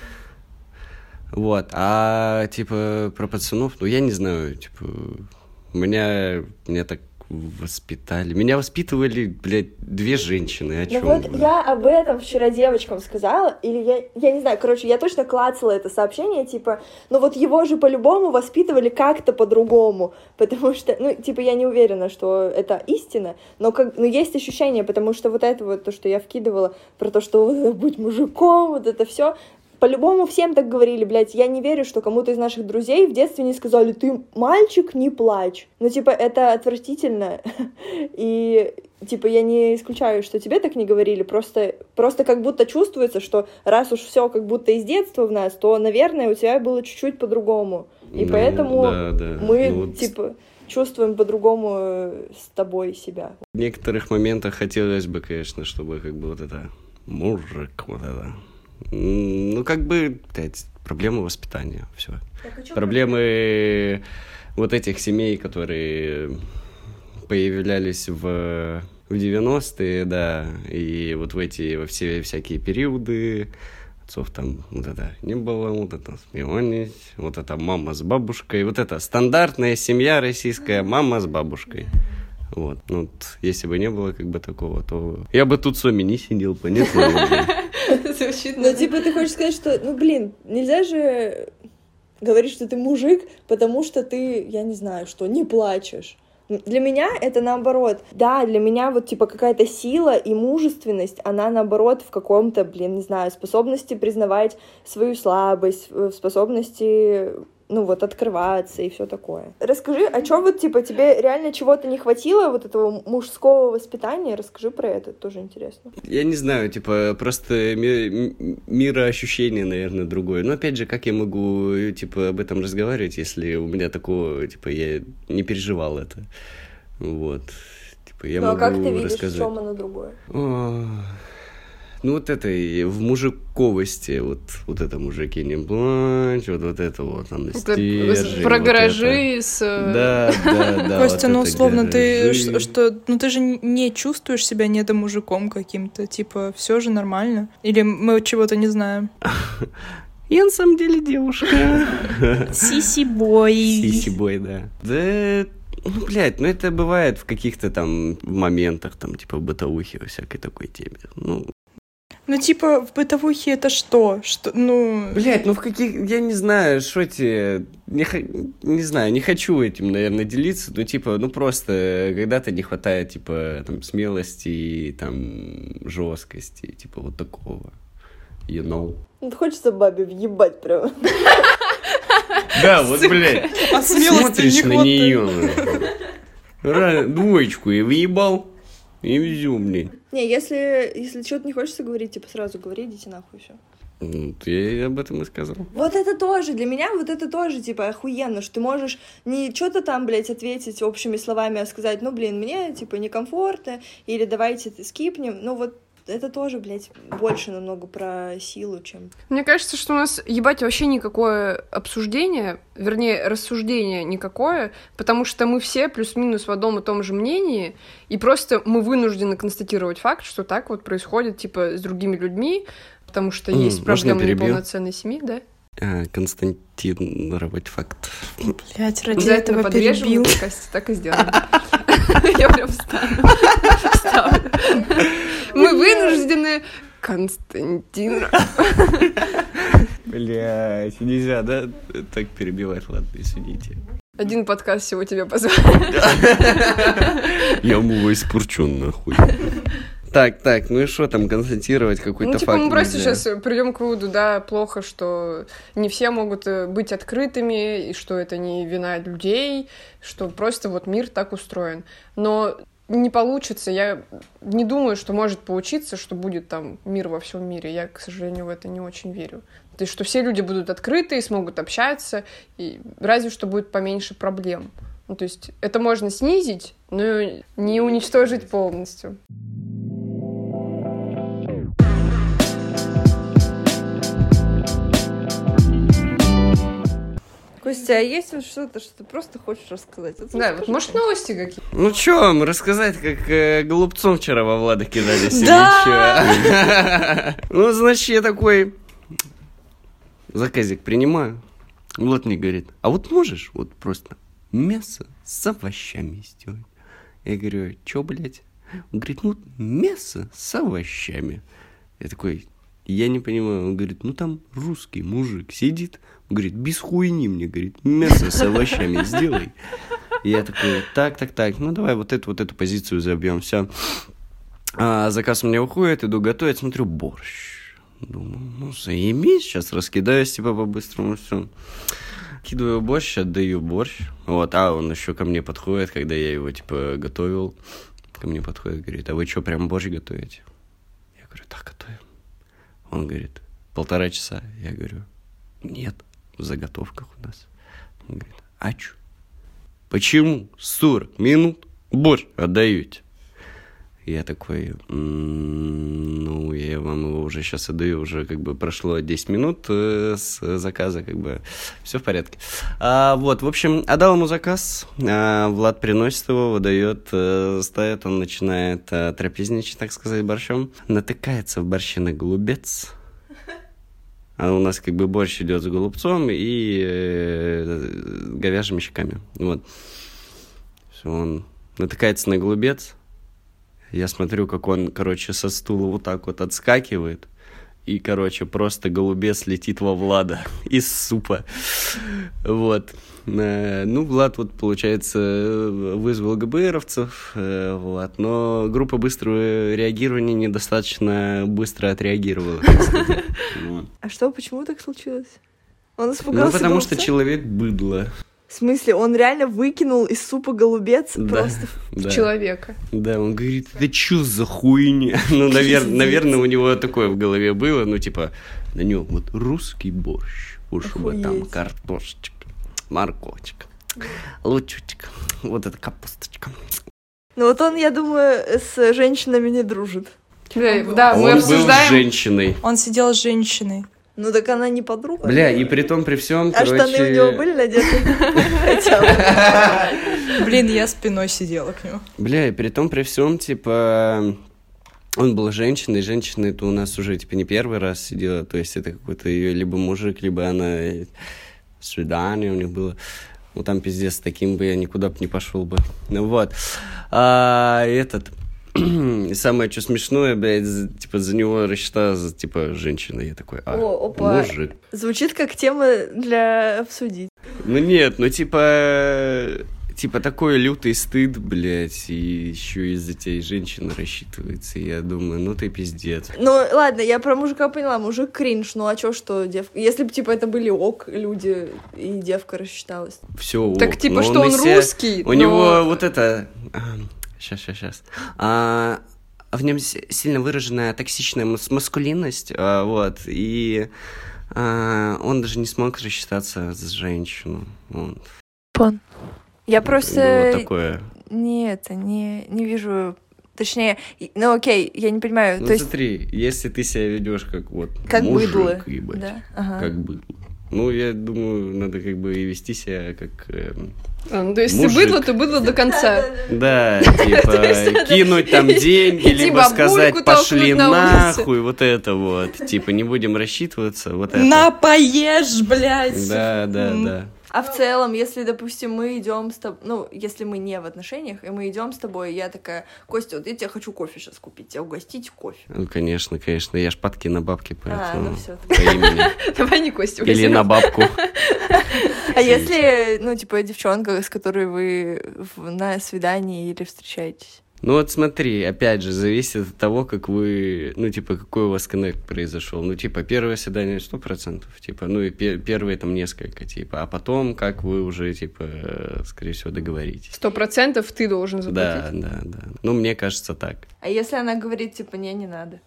Вот. А, типа, про пацанов, ну, я не знаю, типа, меня, меня так... воспитали. Меня воспитывали, блядь, две женщины. О ну чем? вот я об этом вчера девочкам сказала, или я, я не знаю, короче, я точно клацала это сообщение, типа, ну вот его же по-любому воспитывали как-то по-другому, потому что, ну, типа, я не уверена, что это истина, но как, ну, есть ощущение, потому что вот это вот, то, что я вкидывала, про то, что будь мужиком, вот это все. По-любому всем так говорили, блядь. Я не верю, что кому-то из наших друзей в детстве не сказали: ты мальчик, не плачь. Ну, типа, это отвратительно. И, типа, я не исключаю, что тебе так не говорили. Просто, просто как будто чувствуется, что раз уж все как будто из детства в нас, то, наверное, у тебя было чуть-чуть по-другому. И ну, поэтому да, да. мы, ну, вот... типа, чувствуем по-другому с тобой себя. В некоторых моментах хотелось бы, конечно, чтобы как бы вот это мужик, вот это... Ну, как бы, блядь, проблемы воспитания, все. Проблемы вот этих семей, которые появлялись в, в девяностые, да, и вот в эти, во все всякие периоды отцов там вот это не было, вот это смеялись, вот это мама с бабушкой, вот это стандартная семья российская, мама с бабушкой. Вот, ну, вот, если бы не было как бы такого, то я бы тут с вами не сидел, понятно? Ну, типа, ты хочешь сказать, что, ну, блин, нельзя же говорить, что ты мужик, потому что ты, я не знаю, что, не плачешь. Для меня это наоборот. Да, для меня вот, типа, какая-то сила и мужественность, она, наоборот, в каком-то, блин, не знаю, способности признавать свою слабость, в способности... ну вот, открываться и все такое. Расскажи, а что вот, типа, тебе реально чего-то не хватило, вот этого мужского воспитания? Расскажи про это, тоже интересно. Я не знаю, типа, просто ми- мироощущение, наверное, другое. Но, опять же, как я могу, типа, об этом разговаривать, если у меня такого, типа, я не переживал это. Вот. Типа, я ну, могу а как ты видишь, рассказать. в чем оно другое? О... Ну, вот это в мужиковости, вот, вот это мужики не плачь, вот, вот это вот, там, стержень. Про вот гаражи это. с... Да, да, да. Костя, вот ну, условно, гаражи. ты что, что, ну, ты же не чувствуешь себя недомужиком каким-то, типа, все же нормально? Или мы чего-то не знаем? Я на самом деле девушка. Сиси-бой. Сиси-бой, да. Да... Ну, блядь, ну это бывает в каких-то там моментах, там, типа, в бытовухе, во всякой такой теме. Ну... Ну, типа, в бытовухе это что? Что, ну... Блядь, ну в каких... Я не знаю, что тебе... Не, х... не знаю, не хочу этим, наверное, делиться. Ну, типа, ну просто когда-то не хватает, типа, там, смелости, там, жесткости, типа, вот такого. You know? Ну, хочется бабе въебать прям. Да, вот, блядь. А смотришь на нее, двоечку и въебал, и взю, блин. Не, если, если что-то не хочется говорить, типа, сразу говори, идите нахуй, все. Ну, я об этом и сказал. Вот это тоже, для меня вот это тоже, типа, охуенно, что ты можешь не что-то там, блядь, ответить общими словами, а сказать, ну, блин, мне, типа, некомфортно, или давайте скипнем, ну, вот это тоже, блядь, больше намного про силу, чем... Мне кажется, что у нас, ебать, вообще никакое обсуждение, вернее, рассуждение никакое, потому что мы все плюс-минус в одном и том же мнении, и просто мы вынуждены констатировать факт, что так вот происходит, типа, с другими людьми, потому что mm, есть проблема неполноценной семьи, да? А, констатировать факт. Блять, ради этого перебил. Так и сделаем. Я прям встану. Вставлю. Мы вынуждены... Константин. Блять, нельзя, да? Так перебивать, ладно, извините. Один подкаст всего тебе позвали. Я ему испорчу, нахуй. Так, так, ну и что там, констатировать какой-то ну, типа, факт? Мы просто нельзя. Сейчас придем к выводу, да, плохо, что не все могут быть открытыми, и что это не вина людей, что просто вот мир так устроен. Но не получится, я не думаю, что может получиться, что будет там мир во всем мире. Я, к сожалению, в это не очень верю. То есть, что все люди будут открыты и смогут общаться, и разве что будет поменьше проблем. Ну, то есть, это можно снизить, но не уничтожить полностью. Костя, а есть вот что-то, что ты просто хочешь рассказать? Вот да, вот, может, новости какие-то? Ну, что вам рассказать, как э, голубцом вчера во Влада кидали себе? Да! Ну, значит, я такой заказик принимаю. Влад мне говорит, а вот можешь вот просто мясо с овощами сделать? Я говорю, что, блядь? Он говорит, ну, мясо с овощами. Я такой... Я не понимаю, он говорит, ну там русский мужик сидит, он говорит, без хуйни мне, говорит, мясо с овощами сделай. И я такой, так, так, так, ну давай вот эту вот эту позицию забьем, все. А заказ у меня уходит, иду готовить, смотрю, борщ. Думаю, ну, заебись, сейчас раскидаюсь, типа, по-быстрому, все. Кидаю борщ, отдаю борщ. Вот, а он еще ко мне подходит, когда я его, типа, готовил. Ко мне подходит, говорит, а вы что, прям борщ готовите? Я говорю, да, готовим. Он говорит, полтора часа. Я говорю, нет, в заготовках у нас. Он говорит, а чё? Почему сорок минут борщ отдаете? Я такой, м-м, ну, я вам его уже сейчас отдаю, уже как бы прошло десять минут э, с заказа, как бы все в порядке. А, вот, в общем, отдал ему заказ, а, Влад приносит его, выдает, э, ставит, он начинает э, трапезничать, так сказать, борщом, натыкается в борще на голубец. А у нас как бы борщ идет с голубцом и э, говяжьими щеками. Вот. Все, он натыкается на голубец. Я смотрю, как он, короче, со стула вот так вот отскакивает. И, короче, просто голубец летит во Влада из супа. Вот. Ну, Влад, вот, получается, вызвал ГБРовцев, вот, но группа быстрого реагирования недостаточно быстро отреагировала. А что, почему так случилось? Он испугался. Ну, потому голубца? что человек быдло. В смысле, он реально выкинул из супа голубец Да, просто? да. Человека. Да, он говорит, это чё за хуйня? Ну, навер- наверное, у него такое в голове было, ну, типа, на нем вот русский борщ, уж бы там Охуеть. картошечка, морковочка, лучочка, вот эта капусточка. Ну вот он, я думаю, с женщинами не дружит. Да, да, мы Он был с обсуждаем... женщиной. Он сидел с женщиной. Ну так она не подруга. Бля, и при том, при всем, А короче... штаны у него были надеты? Хотя бы. Блин, я спиной сидела к нему. Бля, и при том, при всем, типа... Он был женщиной, женщина это у нас уже, типа, не первый раз сидела, то есть это какой-то ее либо мужик, либо она... Свидание у них было. Ну, там, пиздец, с таким бы я никуда бы не пошел бы. Ну, вот. А этот... Самое, что смешное, блядь, за, типа, за него рассчиталась, типа, женщина. Я такой, а, О, опа. мужик. Звучит как тема для обсудить. Ну, нет, ну, типа... Типа, такой лютый стыд, блядь, и еще из-за тебя и женщина рассчитывается. И я думаю, ну ты пиздец. Ну, ладно, я про мужика поняла. Мужик кринж, ну а чё, что девка... Если бы, типа, это были ок люди, и девка рассчиталась. Все, Так, типа, но что он из себя- русский, У но- него вот это... Сейчас, сейчас, сейчас. А, в нем с- сильно выраженная токсичная мас- маскулинность, а, вот, и а, он даже не смог рассчитаться с женщиной. Вот. Пон. Я Было просто... такое. Не, это, не, не вижу... Точнее, и- ну окей, я не понимаю. Ну То есть, смотри, если ты себя ведешь как вот как мужик, быдло. ебать, Да, ага. как быдло. Ну, я думаю, надо как бы и вести себя как... эм, А, ну, то есть Мужик. ты быдло, то быдло до конца. Да, типа, кинуть там деньги, Иди либо бабульку сказать, пошли толкнуть на улице. нахуй, вот это вот. Типа, не будем рассчитываться, вот это. На поешь, блядь! Да, да, М. да. А в целом, если, допустим, мы идем с тобой, ну, если мы не в отношениях, и мы идем с тобой, и я такая, Костя, вот я тебе хочу кофе сейчас купить, тебя угостить кофе. Ну, конечно, конечно, я ж падки на бабки, А, поэтому... ну все. По имени. Давай не Костю Или возьмем. на бабку. А если, ну, типа, девчонка, с которой вы в- на свидании или встречаетесь? Ну вот смотри, опять же, зависит от того, как вы, ну, типа, какой у вас коннект произошел. Ну, типа, первое свидание сто процентов, типа, ну, и пе- первые там несколько, типа, а потом, как вы уже, типа, э, скорее всего, договоритесь. Сто процентов ты должен Да, заплатить. да, да. Ну, мне кажется, так. А если она говорит, типа, не, не надо?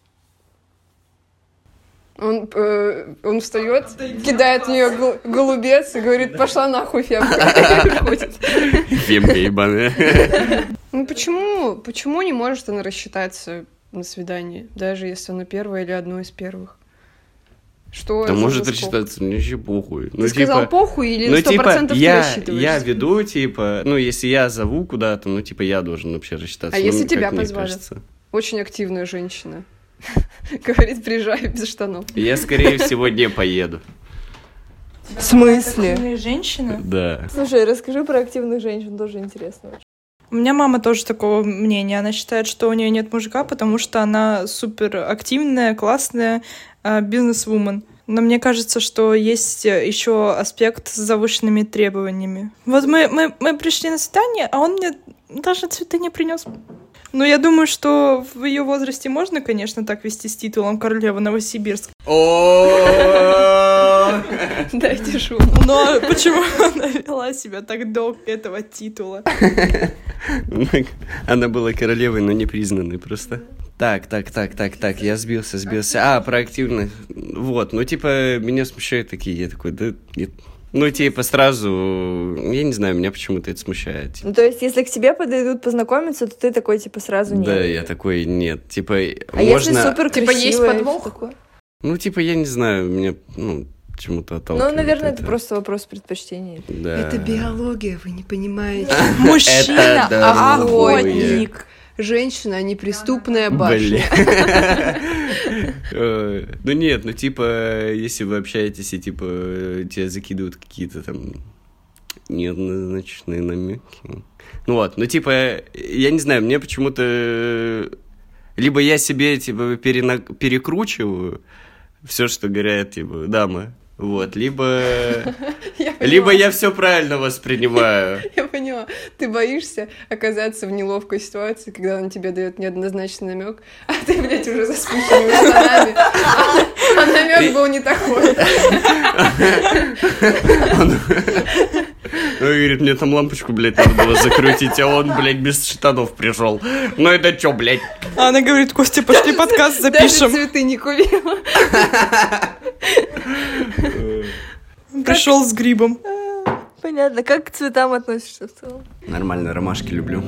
Он, э, он встает, кидает в нее гол- голубец и говорит, пошла нахуй, фемка. И уходит. Фемка ебаная. Ну почему, почему не может она рассчитаться на свидании, даже если она первая или одно из первых? Что Да за может заскок? рассчитаться, мне вообще похуй. Ты сказал похуй или ну, сто типа, процентов ты я, рассчитываешь? я веду, типа, ну, если я зову куда-то, ну, типа, я должен вообще рассчитаться. А ну, если как тебя мне позвали? кажется. Очень активная женщина. Говорит, приезжай без штанов. Я, скорее всего, не поеду. В смысле? Активные женщины? Да. Слушай, расскажи про активных женщин, тоже интересно. очень. У меня мама тоже такого мнения. Она считает, что у нее нет мужика, потому что она супер активная, классная э, бизнес-вумен. Но мне кажется, что есть еще аспект с завышенными требованиями. Вот мы, мы, мы пришли на свидание, а он мне даже цветы не принес. Ну, я думаю, что в ее возрасте можно, конечно, так вести с титулом королева Новосибирск. Дайте шум. Но почему она вела себя так до этого титула? Она была королевой, но не признанной просто. Так, так, так, так, так, я сбился, сбился. А, про активность. Вот, ну, типа, меня смущают такие, я такой, да, нет. Ну, типа, сразу, я не знаю, меня почему-то это смущает. Ну, то есть, если к тебе подойдут познакомиться, то ты такой, типа, сразу нет. Да, я такой, нет, типа, а можно... если супер Типа, есть подвох? Ну, типа, я не знаю, меня, ну, чему-то отталкивает. Ну, наверное, это просто вопрос предпочтений. Да. Это биология, вы не понимаете. Мужчина, охотник. Женщина, неприступная башня. Ну нет, ну типа, если вы общаетесь и типа тебя закидывают какие-то там неоднозначные намеки. Ну вот, ну типа, я не знаю, мне почему-то либо я себе типа перена... перекручиваю все, что говорят типа дамы. Вот, либо... Я либо я все правильно воспринимаю. Я поняла. Ты боишься оказаться в неловкой ситуации, когда он тебе дает неоднозначный намек, а ты, блядь, уже за спущенными штанами. А, а намек был не такой. Он говорит, мне там лампочку, блядь, надо было закрутить, а он, блядь, без штанов пришел. Ну это чё, блядь? А она говорит, Костя, пошли подкаст запишем. Даже цветы не курила. Пришел с грибом. Понятно. Как к цветам относишься в целом? Нормально, ромашки люблю.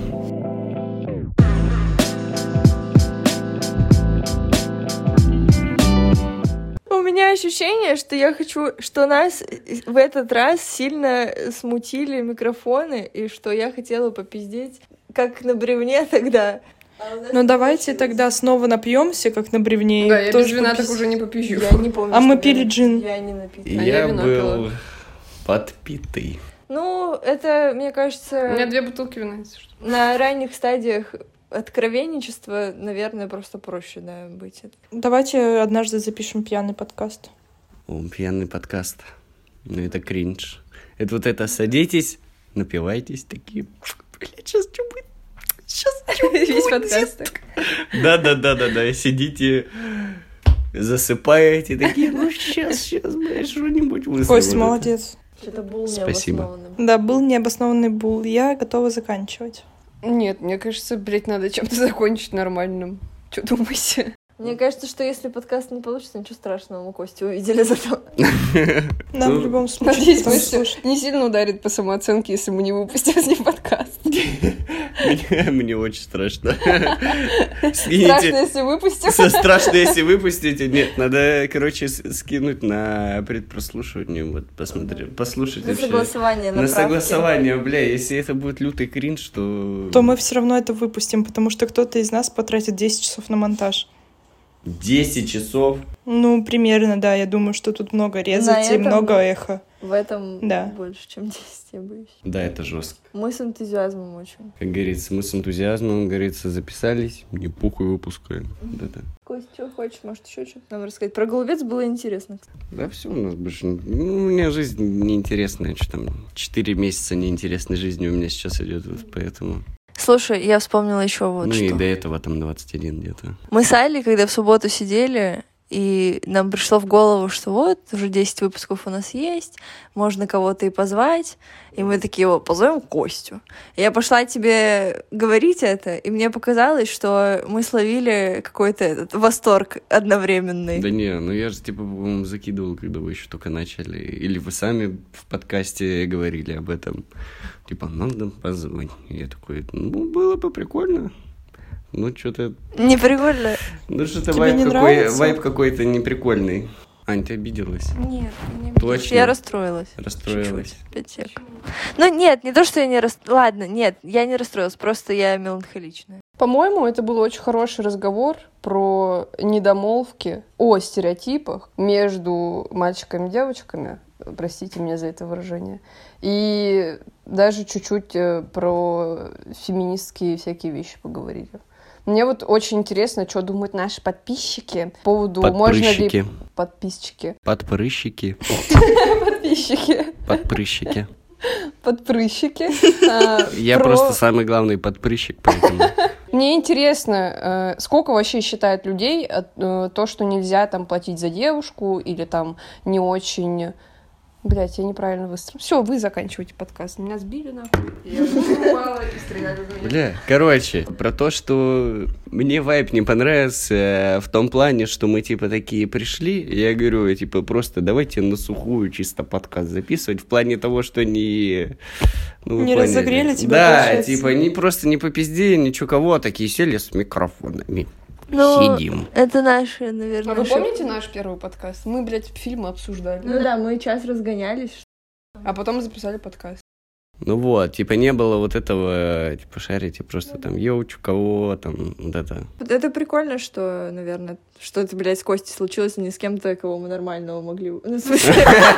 У меня ощущение, что я хочу, что нас в этот раз сильно смутили микрофоны, и что я хотела попиздеть, как на бревне тогда. Ну давайте тогда снова напьемся, как на бревне. Да, я без вина так уже не попизжу. Я не помню. А мы пили джин. Я не напитана. Я был подпитый. Ну, это, мне кажется... У меня две бутылки вина, если что. На ранних стадиях откровенничества, наверное, просто проще, да, быть. Давайте однажды запишем пьяный подкаст. О, пьяный подкаст. Ну, это кринж. Это вот это, садитесь, напивайтесь, такие, блядь, сейчас что будет? Сейчас что будет? Весь подкаст так. Да-да-да-да-да, сидите, засыпаете, такие, ну, сейчас, сейчас, блядь, что-нибудь выстрелит. Костя, молодец. Это был Спасибо. необоснованным. Да, был необоснованный бул. Я готова заканчивать. Нет, мне кажется, блядь, надо чем-то закончить нормальным. Что думаете? Мне кажется, что если подкаст не получится, ничего страшного, мы Костю увидели зато. Нам Ну, в любом случае Надеюсь, потом Костя слушать. не сильно ударит по самооценке, если мы не выпустим с ним подкаст. Мне мне очень страшно. Страшно, Скинете. если выпустим. Со- Страшно, если выпустите. Нет, надо, короче, с- скинуть на предпрослушивание, вот, посмотреть, послушать На вообще. согласование На направьте. согласование, бля, если это будет лютый кринж, то... То мы все равно это выпустим, потому что кто-то из нас потратит десять часов на монтаж. десять часов. Ну, примерно, да. Я думаю, что тут много На резать и этом- много эхо. В этом Да. больше, чем десять, я боюсь. Да, это жестко. Мы с энтузиазмом очень. Как говорится, мы с энтузиазмом, говорится, записались, не пухуй выпускаем. Да-да. Кость, что хочешь? Может, еще что-то нам рассказать? Про голубец было интересно. Да все у нас больше... не- Ну, у меня жизнь неинтересная, что там, четыре месяца неинтересной жизни у меня сейчас идет, вот поэтому... Слушай, я вспомнила еще вот ну что. и до этого там двадцать один где-то. Мы с Али, когда в субботу сидели, и нам пришло в голову, что вот, уже десять выпусков у нас есть, можно кого-то и позвать. И мы такие, вот, позовем Костю. И я пошла тебе говорить это, и мне показалось, что мы словили какой-то этот восторг одновременный. Да не, ну я же, типа, по-моему, закидывал, когда вы еще только начали. Или вы сами в подкасте говорили об этом. Типа, надо позвать. И я такой, ну, было бы прикольно. Ну, что-то... Не прикольно? Ну, что-то Тебе вайб, не какой... нравится? вайб какой-то неприкольный. Ань, ты обиделась? Нет, не Точно? Я расстроилась. Расстроилась? Чуть-чуть. Пять сек. Ну нет, не то, что я не расстроилась. Ладно, нет, я не расстроилась, просто я меланхоличная. По-моему, это был очень хороший разговор про недомолвки о стереотипах между мальчиками и девочками. Простите меня за это выражение. И даже чуть-чуть э, про феминистские всякие вещи поговорили. Мне вот очень интересно, что думают наши подписчики по поводу... Можно Подпрыщики. ли... Подписчики. Подпрыщики. Подписчики. Подпрыщики. подпрыщики. Я просто самый главный подпрыщик, поэтому... Мне интересно, сколько вообще считает людей то, что нельзя там платить за девушку или там не очень... Блять, я неправильно выстроил. Все, вы заканчиваете подкаст. Меня сбили нахуй. Я упала и стреляли в меня. Бля, короче, про то, что мне вайб не понравился в том плане, что мы типа такие пришли, я говорю, типа просто давайте на сухую чисто подкаст записывать в плане того, что не... Ну, не разогрели тебя, да, получается. типа не просто не по пизде, ничего кого, такие сели с микрофонами. Ну, сидим. Это наши, наверное. А вы наши- помните наш первый подкаст? Мы, блядь, фильмы обсуждали. Ну да, мы час разгонялись. А потом записали подкаст. Ну вот, типа не было вот этого, типа шарите просто там, йоу, чё, кого, там, вот это. Вот это прикольно, что, наверное, что-то, блядь, с Костей случилось, а не с кем-то, кого мы нормального могли... Ну, в смысле...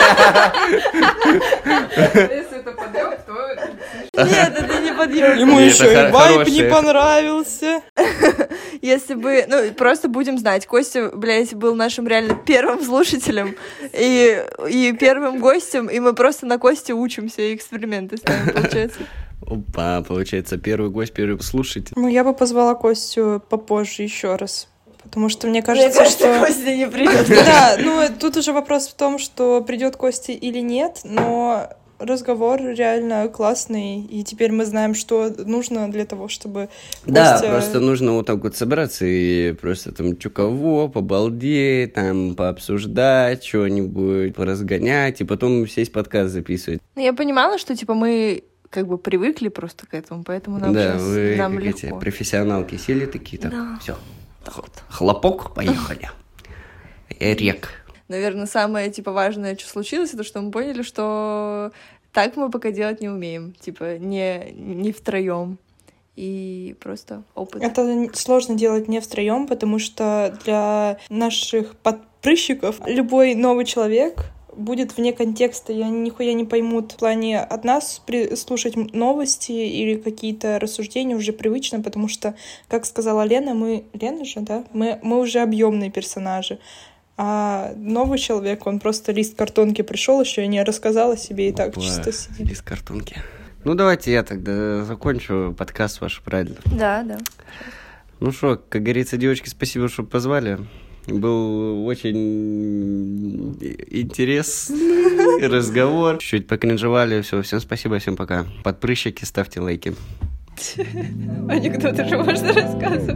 Если это подъем, то... Нет, это не подъем. Ему Это еще хо- и вайб не хорошее. понравился. Если бы... Ну, просто будем знать. Костя, блядь, был нашим реально первым слушателем и, и первым гостем, и мы просто на Косте учимся и эксперименты ставим, получается. Опа, получается, первый гость, первый слушатель. Ну, я бы позвала Костю попозже еще раз. Потому что мне кажется, что... Костя не придет. Да, ну тут уже вопрос в том, что придет Костя или нет, но разговор реально классный, и теперь мы знаем, что нужно для того, чтобы Да, Костя... просто нужно вот так вот собраться и просто там чё кого, побалдеть, там пообсуждать что-нибудь, поразгонять, и потом сесть подкаст записывать. Ну, я понимала, что, типа, мы как бы привыкли просто к этому, поэтому нам Да, сейчас вы нам как эти легко. профессионалки сели такие, так, Да. все, хлопок, поехали. Рек. Наверное, самое, типа, важное, что случилось, это что мы поняли, что так мы пока делать не умеем. Типа, не, не втроем. И просто опыт. Это сложно делать не втроем, потому что для наших подпрыщиков любой новый человек будет вне контекста, и они нихуя не поймут в плане от нас при- слушать новости или какие-то рассуждения уже привычно, потому что, как сказала Лена, мы... Лена же, да? Мы, мы уже объемные персонажи. А новый человек, он просто лист картонки пришел, еще и не рассказал о себе, и так Опа, чисто сидит. лист картонки. Ну, давайте я тогда закончу подкаст ваш, правильно? Да, да. Ну что, как говорится, девочки, спасибо, что позвали. Был очень интересный разговор. Чуть покринжевали, все, всем спасибо, всем пока. Подпрыщики, ставьте лайки. Анекдоты же можно рассказывать.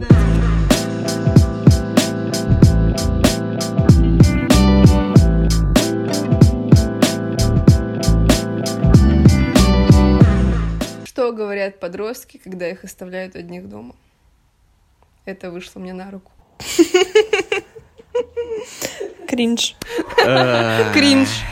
Что говорят подростки, когда их оставляют одних дома? Это вышло мне на руку. Кринж. А, Кринж.